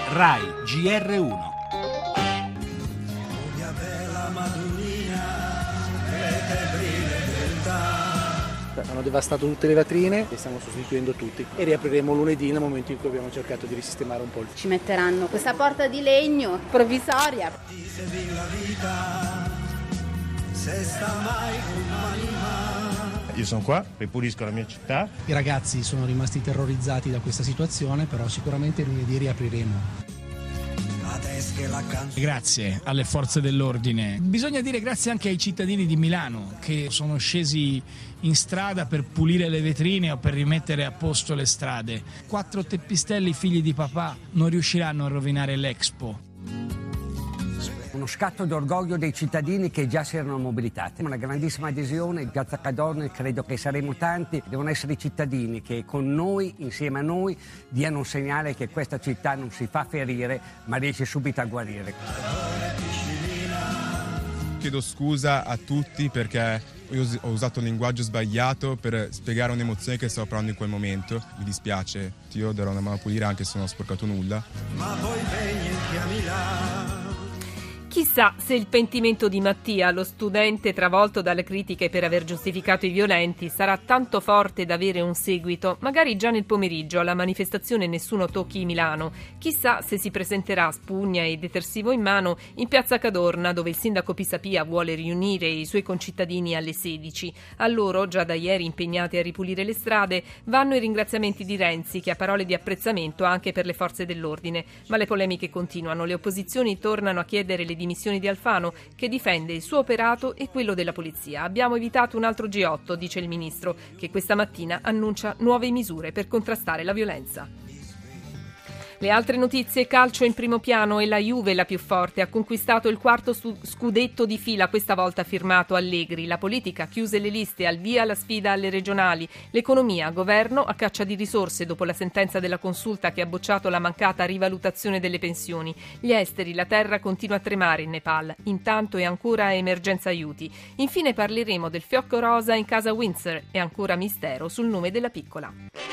Rai GR1. Hanno devastato tutte le vetrine, le stiamo sostituendo tutti e riapriremo lunedì nel momento in cui abbiamo cercato di risistemare un po'. Ci metteranno questa porta di legno provvisoria. Io sono qua, ripulisco la mia città. I ragazzi sono rimasti terrorizzati da questa situazione, però sicuramente lunedì riapriremo. Grazie alle forze dell'ordine. Bisogna dire grazie anche ai cittadini di Milano che sono scesi in strada per pulire le vetrine o per rimettere a posto le strade. 4 teppistelli figli di papà non riusciranno a rovinare l'Expo. Uno scatto d'orgoglio dei cittadini che già si erano mobilitati. Una grandissima adesione, in Piazza Cadorna credo che saremo tanti. Devono essere i cittadini che con noi, insieme a noi, diano un segnale che questa città non si fa ferire ma riesce subito a guarire. Chiedo scusa a tutti perché io ho usato un linguaggio sbagliato per spiegare un'emozione che stavo provando in quel momento. Mi dispiace, io darò una mano a pulire anche se non ho sporcato nulla. Ma poi chiami là. Chissà se il pentimento di Mattia, lo studente travolto dalle critiche per aver giustificato i violenti, sarà tanto forte da avere un seguito, magari già nel pomeriggio alla manifestazione Nessuno tocchi Milano. Chissà se si presenterà spugna e detersivo in mano in Piazza Cadorna, dove il sindaco Pisapia vuole riunire i suoi concittadini alle 16. A loro, già da ieri impegnati a ripulire le strade, vanno i ringraziamenti di Renzi, che ha parole di apprezzamento anche per le forze dell'ordine. Ma le polemiche continuano, le opposizioni tornano a chiedere le dimissioni di Alfano, che difende il suo operato e quello della polizia. Abbiamo evitato un altro G8, dice il ministro, che questa mattina annuncia nuove misure per contrastare la violenza. Le altre notizie: calcio in primo piano e la Juve la più forte, ha conquistato il 4° scudetto di fila, questa volta firmato Allegri. La politica chiuse le liste, al via la sfida alle regionali. L'economia, governo a caccia di risorse dopo la sentenza della consulta che ha bocciato la mancata rivalutazione delle pensioni. Gli esteri, la terra continua a tremare in Nepal, intanto è ancora emergenza aiuti. Infine parleremo del fiocco rosa in casa Windsor e ancora mistero sul nome della piccola.